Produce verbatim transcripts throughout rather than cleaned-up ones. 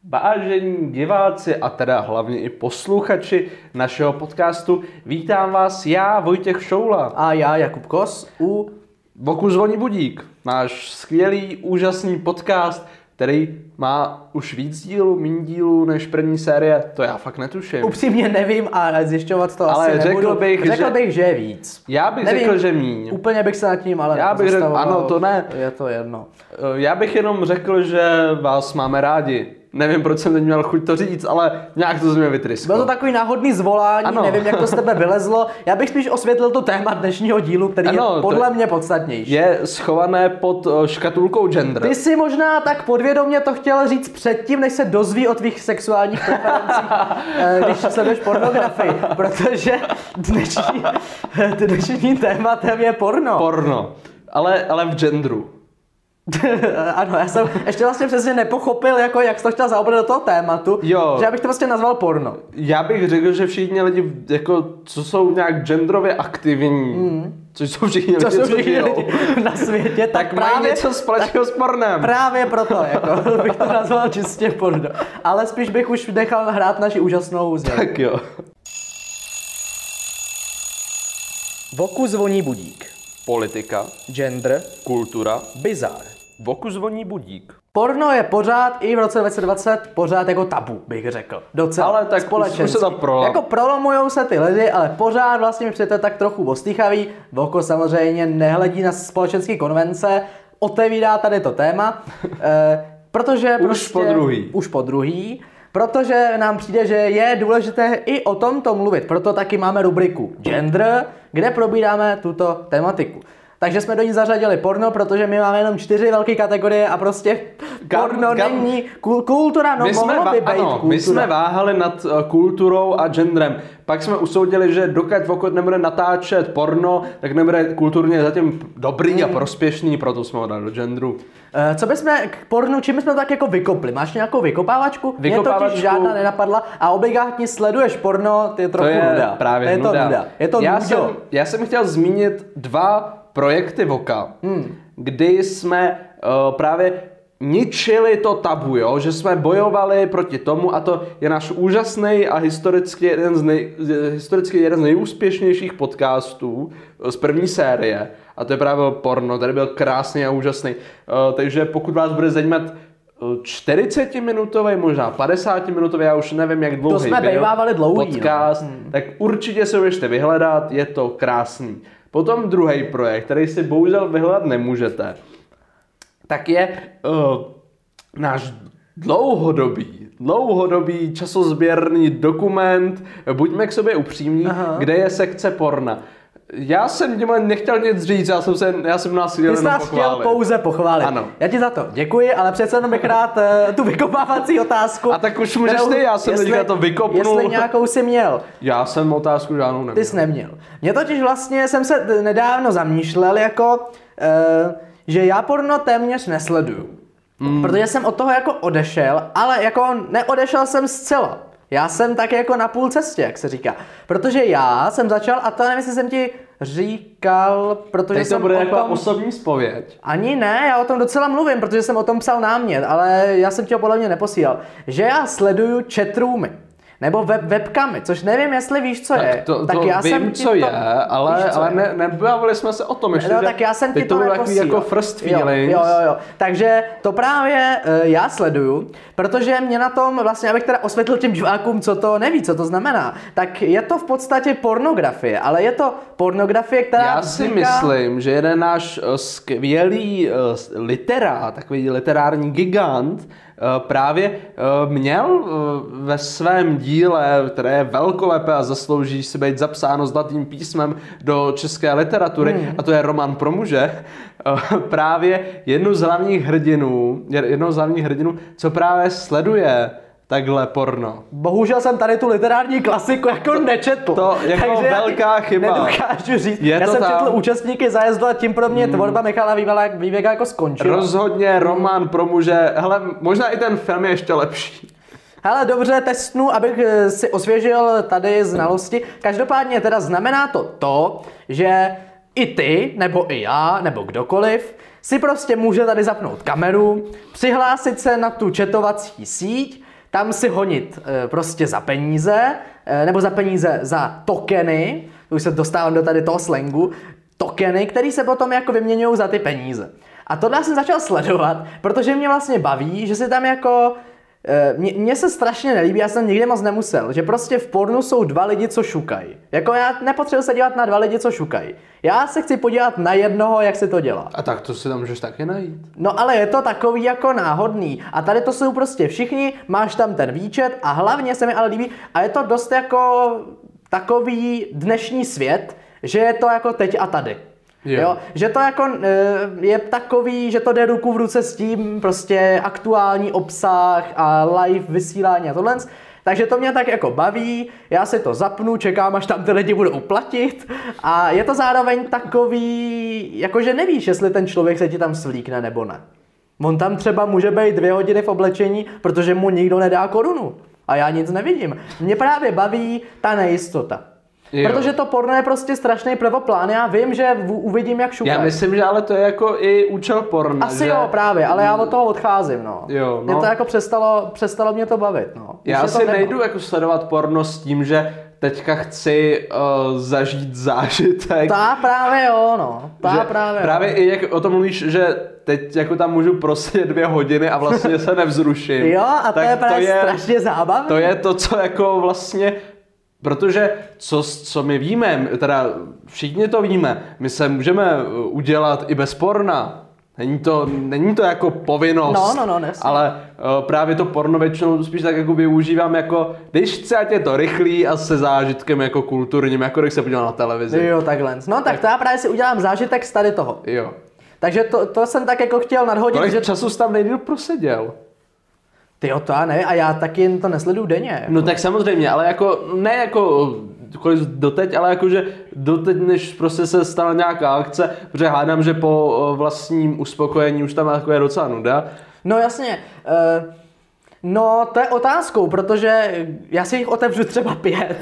Vážení diváci a teda hlavně i posluchači našeho podcastu, vítám vás já, Vojtěch Šoula. A já, Jakub Kos, u Voku zvoní budík, náš skvělý, úžasný podcast, který má už víc dílů, méně dílů než první série, to já fakt netuším. Upřímně nevím a zjišťovat to ale asi řekl nebudu. Bych, řekl že... bych, že je víc. Já bych nevím, řekl, že míň. Úplně bych se nad tím ale já bych řekl, ano, to ne. Je to jedno. Já bych jenom řekl, že vás máme rádi. Nevím, proč jsem teď měl chuť to říct, ale nějak to z mě vytrysklo. Bylo to takový náhodný zvolání, ano. Nevím, jak to z tebe vylezlo. Já bych spíš osvětlil to téma dnešního dílu, který ano, je podle mě podstatnější. Je schované pod škatulkou gender. Ty si možná tak podvědomě to chtěl říct předtím, než se dozví o tvých sexuálních preferencích, když sleduješ pornografii, protože dnešní, dnešním tématem je porno. Porno, ale, ale v genderu. Ano, já jsem ještě vlastně přesně nepochopil, jako, jak jsi to chtěl zaobrat do toho tématu, jo. Že já bych to vlastně nazval porno. Já bych řekl, že všichni lidi, jako, co jsou nějak genderově aktivní, mm. což jsou všichni co lidi, jsou co žijou na světě, tak, tak právě, mají něco společného s pornem. Právě proto, jako, bych to nazval čistě porno. Ale spíš bych už nechal hrát naši úžasnou změnu. Tak jo. Voku zvoní budík. Politika. Gender. Kultura. Bizár. Voku zvoní budík. Porno je pořád i v roce dva tisíce dvacet pořád jako tabu, bych řekl. Docela. Ale tak společenství. už se to prolom. Jako prolomujou se ty lidi, ale pořád vlastně mi přijde tak trochu ostýchavý. Voko samozřejmě nehledí na společenské konvence, otevírá tady to téma, e, protože už prostě, po druhý. Už po druhý. Protože nám přijde, že je důležité i o tomto mluvit. Proto taky máme rubriku Gender, kde probíráme tuto tematiku. Takže jsme do ní zařadili porno, protože my máme jenom čtyři velké kategorie a prostě Kam, porno kam? není kul- kultura, no my mohlo jsme, by být ano, kultura. my jsme váhali nad uh, kulturou a genderem. Pak jsme usoudili, že dokud Voko nebude natáčet porno, tak nebude kulturně zatím dobrý mm. a prospěšný, proto jsme ho dali do genderu. Uh, co bychom k pornu, čím jsme to tak jako vykopli? Máš nějakou vykopávačku? Vykopávačku. Mě totiž žádná nenapadla a obligátně sleduješ porno, ty je trochu to je nuda. právě to je nuda. to nuda. Je to já, nudo. jsem, já jsem chtěl zmínit dva projekty Voka, hmm. kdy jsme uh, právě ničili to tabu, jo? Že jsme bojovali proti tomu a to je náš úžasný a historicky jeden z, nej, historicky jeden z nejúspěšnějších podcastů z první série a to je právě porno, tady byl krásný a úžasný. Uh, takže pokud vás bude zajímat čtyřicetiminutový, možná padesátiminutový, já už nevím, jak dlouhý to jsme byl bejvávali dlouhý, podcast, no. hmm. tak určitě se běžte vyhledat, je to krásný. Potom druhý projekt, který si bohužel vyhledat nemůžete, tak je uh, náš dlouhodobý, dlouhodobý časozběrný dokument Buďme k sobě upřímní, Aha. kde je sekce porna. Já jsem těma nechtěl nic říct, já jsem, se, já jsem nás chtěl jenom pochválit. Ty jsi nás chtěl pouze pochválit. Ano. Já ti za to děkuji, ale přece jenom bych rád uh, tu vykopávací otázku. A tak už můžeš ty, já jsem teďka to vykopnul. Jestli nějakou jsi měl. Já jsem otázku žádnou neměl. Ty jsi neměl. Mě totiž vlastně jsem se nedávno zamýšlel jako, uh, že já porno téměř nesleduju. Hmm. Protože jsem od toho jako odešel, ale jako neodešel jsem zcela. Já jsem tak jako na půl cestě, jak se říká. Protože já jsem začal, a to nevím, jestli jsem ti říkal, protože Teď jsem to bude o jako tom... osobní zpověď. Ani ne, já o tom docela mluvím, protože jsem o tom psal námět, ale já jsem ti ho podle mě neposílal. Že já sleduju chatroomy. Nebo web, webkamy, což nevím, jestli víš, co tak je. To, tak to já vím, jsem co to... je, ale, víš, co ale je? ne, nebavili jsme se o tom ještě, no, že tak já jsem ti to, to bylo neposílal. jako first feelings. Jo, jo, jo. Takže to právě uh, já sleduju, protože mě na tom, vlastně, abych teda osvětlil těm divákům, co to neví, co to znamená, tak je to v podstatě pornografie, ale je to pornografie, která Já si vzniká... myslím, že jeden náš uh, skvělý uh, literát, takový literární gigant, právě měl ve svém díle, které je velkolepé a zaslouží si být zapsáno zlatým písmem do české literatury, hmm. a to je Roman pro muže, právě jednu z hlavních hrdinů, jednou z hlavních hrdinů, co právě sleduje takhle porno. Bohužel jsem tady tu literární klasiku jako to, nečetl. To jako takže velká chyba. Nedokážu říct. Je já jsem tam... četl účastníky zájezdu a tím pro mě hmm. tvorba Michala Vývěka jako skončila. Rozhodně Roman pro muže. Hele, možná i ten film je ještě lepší. Hele, dobře, testnu, abych si osvěžil tady znalosti. Každopádně teda znamená to to, že i ty, nebo i já, nebo kdokoliv, si prostě může tady zapnout kameru, přihlásit se na tu chatovací síť, tam si honit e, prostě za peníze, e, nebo za peníze za tokeny, už se dostávám do tady toho slangu, tokeny, které se potom jako vyměňují za ty peníze. A tohle jsem začal sledovat, protože mě vlastně baví, že se tam jako... Mně se strašně nelíbí, já jsem nikdy moc nemusel, že prostě v pornu jsou dva lidi, co šukají. Jako já nepotřebuji se dívat na dva lidi, co šukají. Já se chci podívat na jednoho, jak se to dělá. A tak to si tam můžeš taky najít. No ale je to takový jako náhodný. A tady to jsou prostě všichni, máš tam ten výčet a hlavně se mi ale líbí, a je to dost jako takový dnešní svět, že je to jako teď a tady. Jo. Jo, že to jako je takový, že to jde ruku v ruce s tím prostě aktuální obsah a live vysílání a tohle. Takže to mě tak jako baví, já si to zapnu, čekám, až tam ty lidi budou platit a je to zároveň takový, jakože nevíš, jestli ten člověk se ti tam svlíkne nebo ne. On tam třeba může být dvě hodiny v oblečení, protože mu nikdo nedá korunu a já nic nevidím. Mě právě baví ta nejistota. Jo. Protože to porno je prostě strašný prvoplán. Já vím, že v, uvidím, jak šukají. Já myslím, že ale to je jako i účel porna. Asi že... jo, právě, ale já od toho odcházím, no. Jo, no. Mě to jako přestalo, přestalo mě to bavit, no. Už já si to nejdu jako sledovat porno s tím, že teďka chci uh, zažít zážitek. Tá právě jo, no. Tá že právě Právě jo. i jak o tom mluvíš, že teď jako tam můžu prosedět dvě hodiny a vlastně se nevzruším. Jo, a to je právě to je, strašně zábavné. To je to, co jako vlastně... Protože co, co my víme, teda všichni to víme, my se můžeme udělat i bez porna. Není to, není to jako povinnost, no, no, no, nesmí. Ale uh, právě to porno většinou spíš tak jako využívám jako, když chci, ať je to rychlý a se zážitkem jako kulturním, jako když se podívám na televizi. Jo, takhle. No tak, tak to já právě si udělám zážitek z tady toho. Jo. Takže to, to jsem tak jako chtěl nadhodit. Kolik že... času jsi tam nejdýl proseděl? Tyjo, to já ne, a já taky to nesleduju denně. Jako. No tak samozřejmě, ale jako, ne jako kolik doteď, ale jakože doteď, než prostě se stala nějaká akce, protože hádám, že po vlastním uspokojení už tam jako je docela nuda. No jasně, uh, no to je otázkou, protože já si jich otevřu třeba pět.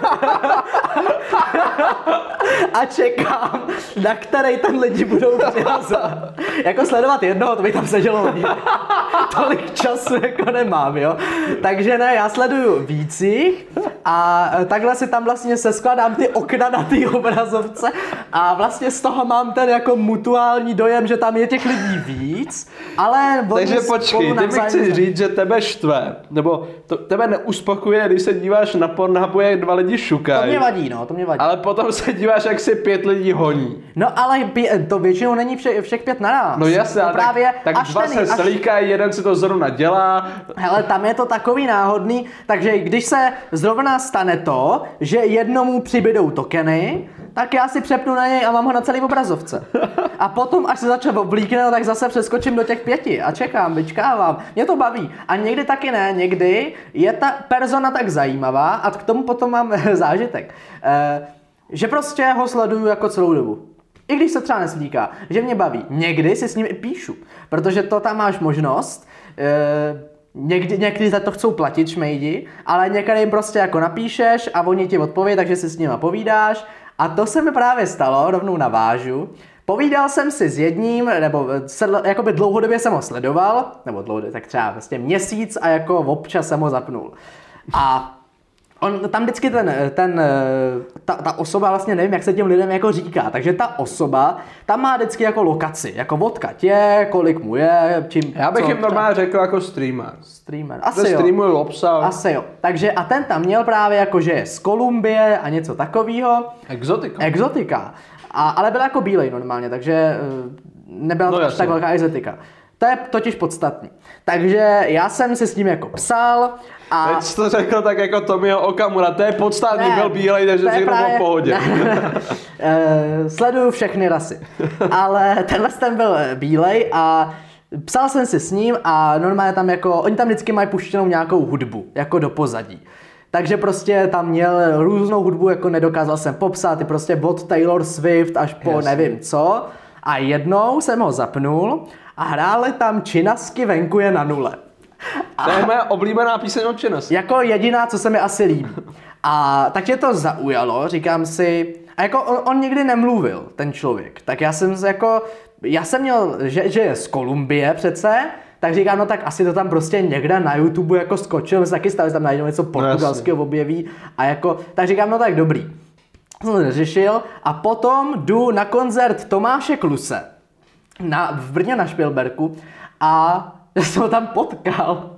A čekám, na který ten lidi budou přihazovat. Jako sledovat jednoho, to by tam sedělo hodně. Tolik času jako nemám, jo. Takže ne, já sleduju vících a takhle si tam vlastně seskladám ty okna na té obrazovce a vlastně z toho mám ten jako mutuální dojem, že tam je těch lidí víc, ale... Takže počkej, ty mi chci říct, že tebe štve, nebo to, tebe neuspokuje, když se díváš na Pornhubu, jak dva lidi šukají. To mě vadí, no, to mě vadí. Ale potom se díváš, jak si pět lidí honí. No ale pě- to většinou není vše, všech pět naraz. No jasně, to právě tak, tak dva ten, se slíkají, jeden si to zrovna dělá. Hele, tam je to takový náhodný, takže když se zrovna stane to, že jednomu přibydou tokeny, tak já si přepnu na něj a mám ho na celý obrazovce. A potom, až se začne oblíkne, no, tak zase přeskočím do těch pěti a čekám, vyčkávám. Mě to baví. A někdy taky ne, někdy je ta persona tak zajímavá a k tomu potom mám zážitek. E, že prostě ho sleduju jako celou dobu. I když se třeba neslíká, že mě baví. Někdy si s ním i píšu, protože to tam máš možnost. E, Někdy, někdy za to chcou platit šmejdi, ale někdy jim prostě jako napíšeš a oni ti odpoví, takže si s nima povídáš. A to se mi právě stalo, rovnou navážu. Povídal jsem si s jedním, nebo sedl, jakoby dlouhodobě jsem ho sledoval, nebo dlouhodobě, tak třeba vlastně měsíc a jako občas jsem ho zapnul. A on tam vždycky ten, ten ta, ta osoba, vlastně nevím, jak se těm lidem jako říká, takže ta osoba tam má vždycky jako lokaci, jako odkud je, kolik mu je, čím... Já bych co, jim normálně řekl jako streamer. Streamer, asi jo. Streamuju obsah. Asi jo. Takže a ten tam měl právě jako, že je z Kolumbie a něco takového. Exotika. Exotika. A, ale byl jako bílej normálně, takže nebyla to no, tak velká exotika. To je totiž podstatný. Takže já jsem si s ním jako psal a... Teď jsi to řekl tak jako Tomio Okamura, to je podstatný, byl bílej, takže všechno právě... bylo v pohodě. uh, sleduju všechny rasy. Ale tenhle ten byl bílej a psal jsem si s ním a normálně tam jako, oni tam vždycky mají puštěnou nějakou hudbu, jako do pozadí. Takže prostě tam měl různou hudbu, jako nedokázal jsem popsat, i prostě od Taylor Swift až po Jasně. nevím co. A jednou jsem ho zapnul a hráli tam Činasky venku je na nule. A to je moje oblíbená píseň od Činasky. Jako jediná, co se mi asi líbí. A takže to zaujalo, říkám si, a jako on, on nikdy nemluvil, ten člověk. Tak já jsem jako, já jsem měl, že, že je z Kolumbie přece, tak říkám, no tak asi to tam prostě někde na YouTube jako skočil, my se taky stali, tam najdou něco portugalského objeví a jako, tak říkám, no tak dobrý. Jsem to neřešil a potom jdu na koncert Tomáše Kluse na, v Brně na Špilberku a jsem ho tam potkal.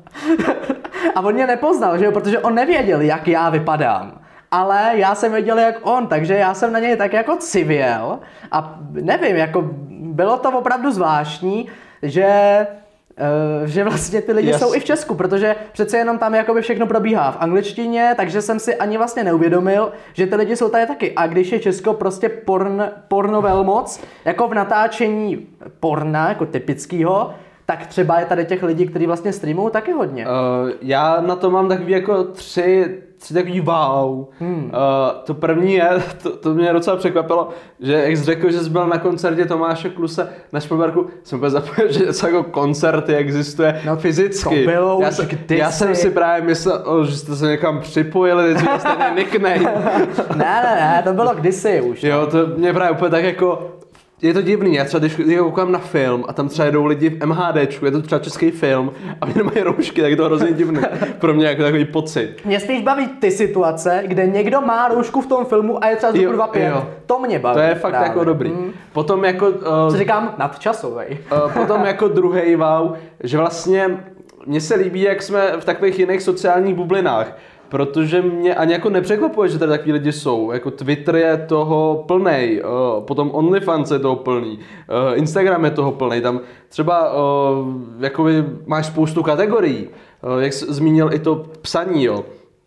A on mě nepoznal, že jo, protože on nevěděl, jak já vypadám. Ale já jsem věděl, jak on, takže já jsem na něj tak jako civěl a nevím, jako bylo to opravdu zvláštní, že, uh, že vlastně ty lidi yes. jsou i v Česku, protože přece jenom tam jakoby všechno probíhá v angličtině, takže jsem si ani vlastně neuvědomil, že ty lidi jsou tady taky. A když je Česko prostě porn, porno velmoc, jako v natáčení porna, jako typického, tak třeba je tady těch lidí, kteří vlastně streamují taky hodně. Uh, já na to mám takový jako tři, tři takový wow. Hmm. Uh, to první je, to, to mě docela překvapilo, že jak jsi řekl, že jsi byl na koncertě Tomáše Kluse na Špilberku, jsem úplně zapomněl, že něco jako koncerty existuje no, fyzicky. To bylo já, jsem, já jsem si právě myslel, že jste se někam připojili, teď jste stejně nickname. ne, ne, ne, to bylo kdysi už. Jo, to mě právě úplně tak jako... Je to divný, já třeba když koukám na film a tam třeba jedou lidi v MHDčku, je to třeba český film a oni nemají roušky, tak je to hrozně divný. Pro mě jako takový pocit. Mě spíš baví ty situace, kde někdo má roušku v tom filmu a je třeba z dva pět. To mě baví. To je fakt právě. Jako dobrý. Mm. Potom jako... Uh, Co říkám? Nadčasovej. uh, potom jako druhej wow, že vlastně mně se líbí, jak jsme v takových jiných sociálních bublinách. Protože mě ani jako nepřekvapuje, že tady takový lidi jsou. Jako Twitter je toho plnej, uh, potom OnlyFans je toho plný, uh, Instagram je toho plnej. Tam třeba uh, jakoby máš spoustu kategorií, uh, jak jsi zmínil i to psaní, jo.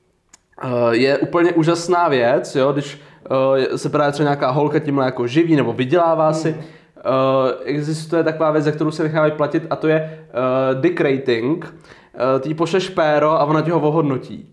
Uh, je úplně úžasná věc, jo, když uh, se právě třeba nějaká holka tímhle jako živí nebo vydělává hmm. si. Uh, existuje taková věc, za kterou se nechávají platit a to je uh, dick rating. Uh, ty pošleš péro a ona ti ho ohodnotí.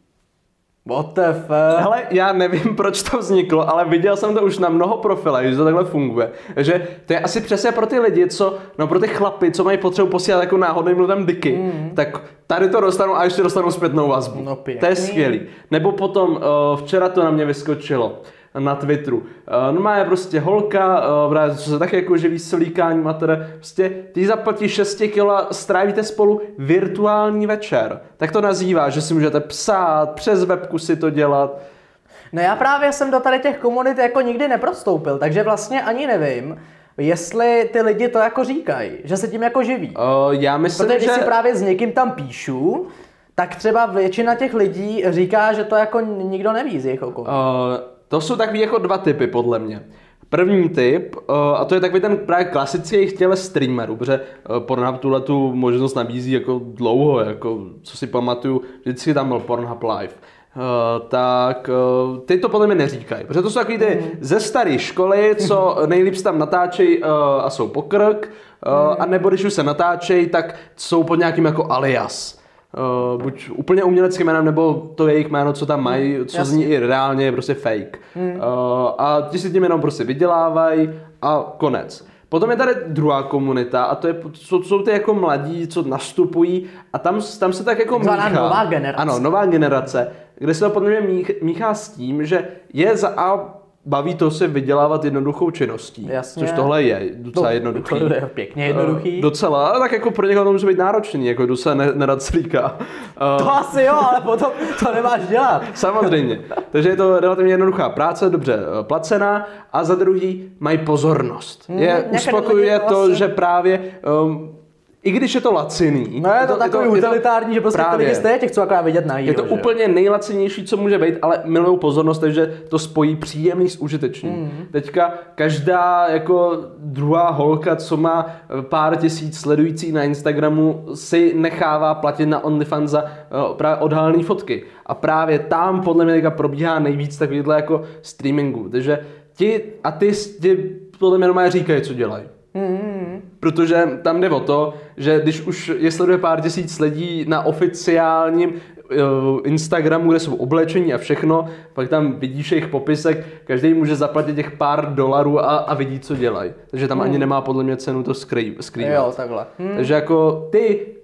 What the fuck? Hele, já nevím, proč to vzniklo, ale viděl jsem to už na mnoho profilech, že to takhle funguje. Že to je asi přesně pro ty lidi, co, no pro ty chlapy, co mají potřebu posílat jako náhodným lidem diky, mm. tak tady to dostanou a ještě dostanou zpětnou vazbu. No, to je skvělý. Nebo potom, uh, včera to na mě vyskočilo na Twitteru. Uh, normálně prostě holka, uh, co se taky jako živí s slíkáním a teda, prostě ty zaplatí šest kilo a strávíte spolu virtuální večer. Tak to nazývá, že si můžete psát, přes webku si to dělat. No já právě jsem do tady těch komunit jako nikdy neprostoupil, takže vlastně ani nevím, jestli ty lidi to jako říkají, že se tím jako živí. Uh, já myslím, Protože že... když si právě s někým tam píšu, tak třeba většina těch lidí říká, že to jako nikdo neví z jejich okolí. Uh... To jsou takový jako dva typy podle mě. První typ, uh, a to je takový ten právě klasický chtěle streamerů, protože uh, Pornhub tuhle tu možnost nabízí jako dlouho, jako co si pamatuju, vždycky tam byl Pornhub Live. Uh, tak uh, ty to podle mě neříkají, protože to jsou takový ty mm. ze staré školy, co nejlíp se tam natáčejí uh, a jsou pokrk, uh, mm. a nebo když už se natáčejí, tak jsou pod nějakým jako alias. Uh, buď úplně uměleckým jménem, nebo to jejich jméno, co tam mají, co Jasně. zní i reálně, je prostě fake. Hmm. Uh, a ti si tím jenom prostě vydělávají a konec. Potom je tady druhá komunita a to, je, co jsou ty jako mladí, co nastupují a tam, tam se tak jako míchá. Nová generace. Ano, nová generace, kde se to podle mě mích, míchá s tím, že je za a baví to se vydělávat jednoduchou činností, Jasně. což tohle je docela no, jednoduchý. To je pěkně jednoduchý. Uh, docela, ale tak jako pro někoho to může být náročný, jako jdu se ne, nerad slíká. Uh, to asi jo, ale potom to nemáš dělat. Samozřejmě. Takže je to relativně jednoduchá práce, dobře placená a za druhý mají pozornost. Hmm, je, uspokojuje to, asi. Že právě um, i když je to laciný. No je to, to takový je to, utilitární, je to, že prostě ty lidi stejně těch chce akorát vidět na jíru. Je to že? Úplně nejlacinější, co může být, ale milují pozornost, takže to spojí příjemný s užitečným. Mm. Teďka každá jako druhá holka, co má pár tisíc sledující na Instagramu, si nechává platit na OnlyFans za uh, právě odhalený fotky. A právě tam podle mě teďka probíhá nejvíc takovýhle jako streamingu. Takže ti a ty ti podle mě normálně říkají, co dělají. Mm. Protože tam jde o to, že když už je sleduje pár tisíc lidí na oficiálním uh, Instagramu, kde jsou oblečení a všechno, pak tam vidíš jejich popisek, každý může zaplatit těch pár dolarů a, a vidí, co dělají. Takže tam mm. ani nemá podle mě cenu to skrývat. Jo, takhle. Mm. Takže jako ty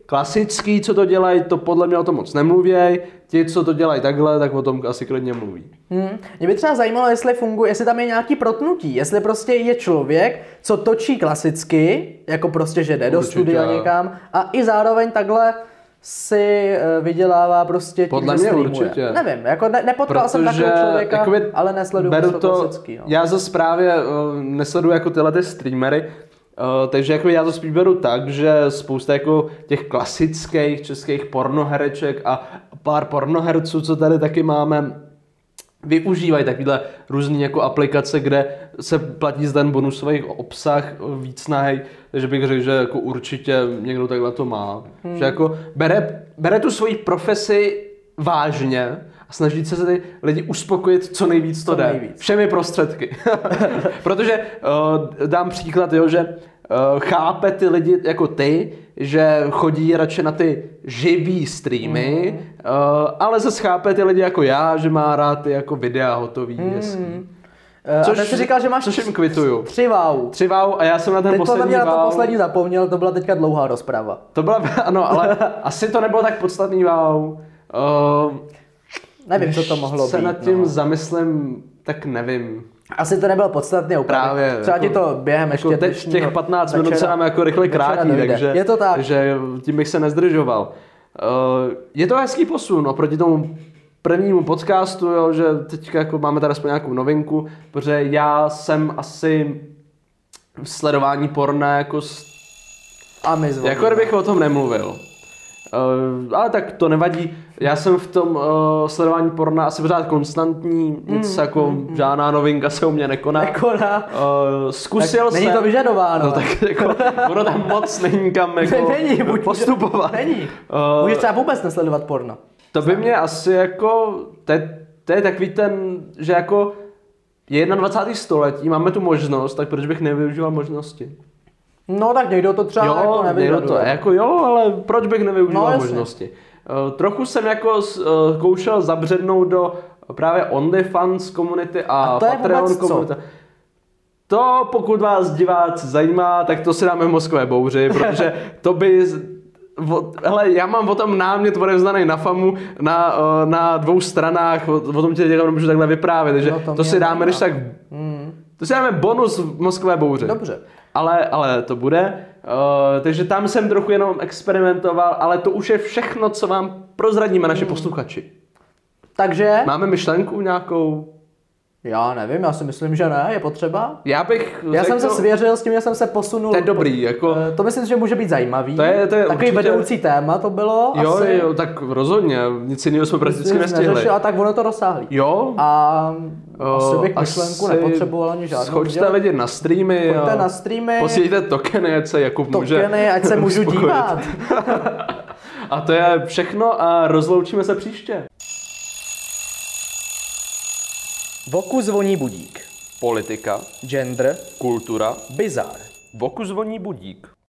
klasický, co to dělají, to podle mě o tom moc nemluvěj. Ti, co to dělají takhle, tak o tom asi klidně mluví. Hmm. Mě by třeba zajímalo, jestli funguje, jestli tam je nějaký protnutí, jestli prostě je člověk, co točí klasicky, jako prostě, že jde do studia někam a i zároveň takhle si vydělává prostě tím, podle že mě streamuje. určitě. Nevím, jako ne, nepotkal Protože, jsem takového člověka, jakoby, ale nesleduju to klasický. No. Já zase právě uh, nesleduju jako tyhle ty streamery, Uh, takže jako já to spíš beru tak, že spousta jako těch klasických českých pornohereček a pár pornoherců, co tady taky máme, využívají takovýhle různý jako aplikace, kde se platí za ten bonusový obsah víc nahej, takže bych řekl, že jako určitě někdo takhle to má. Hmm. Že jako bere, bere tu svoji profesi vážně a snaží se ty lidi uspokojit co nejvíc to co jde. Nejvíc. Všemi prostředky. Protože uh, dám příklad, jo, že uh, chápe ty lidi jako ty, že chodí radši na ty živý streamy, mm. uh, ale zase chápe ty lidi jako já, že má rád ty jako videa hotový. Mm. Což, a ty jsi říkal, že máš což jim kvituju. Tři wow. Tři wow a já jsem na ten teď poslední wow. Teď na to poslední zapomněl, to byla teďka dlouhá rozprava. To byla, ano, ale asi to nebylo tak podstatný wow. Uh, nevím, co to mohlo se být. nad tím no. zamyslím, tak nevím. Asi to nebylo podstatné úplně. Právě. Třeba jako, ti to během ještě jako teď těch patnáct minut se nám jako rychle krátí, takže, je to tak. takže tím bych se nezdržoval. Uh, je to hezký posun oproti tomu prvnímu podcastu, jo, že teď jako máme tady aspoň nějakou novinku, protože já jsem asi v sledování porna jako a my zvolíme. jako kdybych o tom nemluvil. Uh, ale tak to nevadí. Já jsem v tom uh, sledování porna asi pořád konstantní, nic mm, jako mm, žádná novinka se u mě nekoná. Nekoná. Uh, zkusil tak jsem. není to vyžadováno. No tak jako, ono tam moc není kam jako není, buď postupovat. Není. Uh, Můžeš třeba vůbec nesledovat porno. To by mě asi jako, to je, to je takový ten, že jako je dvacátého prvního století, máme tu možnost, tak proč bych nevyužíval možnosti? No tak někdo to třeba jo, jako nevyžaduje. to jako jo, ale proč bych nevyužíval no, možnosti? Uh, trochu jsem jako uh, koušel zabřednout do právě OnlyFans komunity a, a to Patreon komunity. To pokud vás diváci zajímá, tak to si dáme v mozkové bouři, protože to by... Hele, já mám o tom námět odevzdaný na famu na, na dvou stranách, o, o tom tě nemůžu takhle vyprávět, takže no, to, to si dáme, když tak... Mm. To si dáme bonus v mozkové bouři. Dobře. Ale, ale to bude. Uh, takže tam jsem trochu jenom experimentoval, ale to už je všechno, co vám prozradíme naši mm. posluchači. Takže? Máme myšlenku nějakou? Já nevím, já si myslím, že ne, je potřeba. Já bych Já řekl, jsem se svěřil s tím, že jsem se posunul. To je dobrý, jako... To myslím, že může být zajímavý. To je, to je Takový určitě... vedoucí téma to bylo jo, asi. Jo, tak rozhodně, nic jiného jsme prakticky nestihli. A tak ono to dosáhli. Jo. A o, asi bych myšlenku asi nepotřeboval ani žádnou. Schoďte lidi na streamy. Choďte na streamy. Posílejte tokeny, ať se Jakub může Tokeny, ať se můžu dívat. A to je všechno a rozloučíme se příště. V oku zvoní budík. Politika, gender, kultura, bizár. v oku zvoní budík.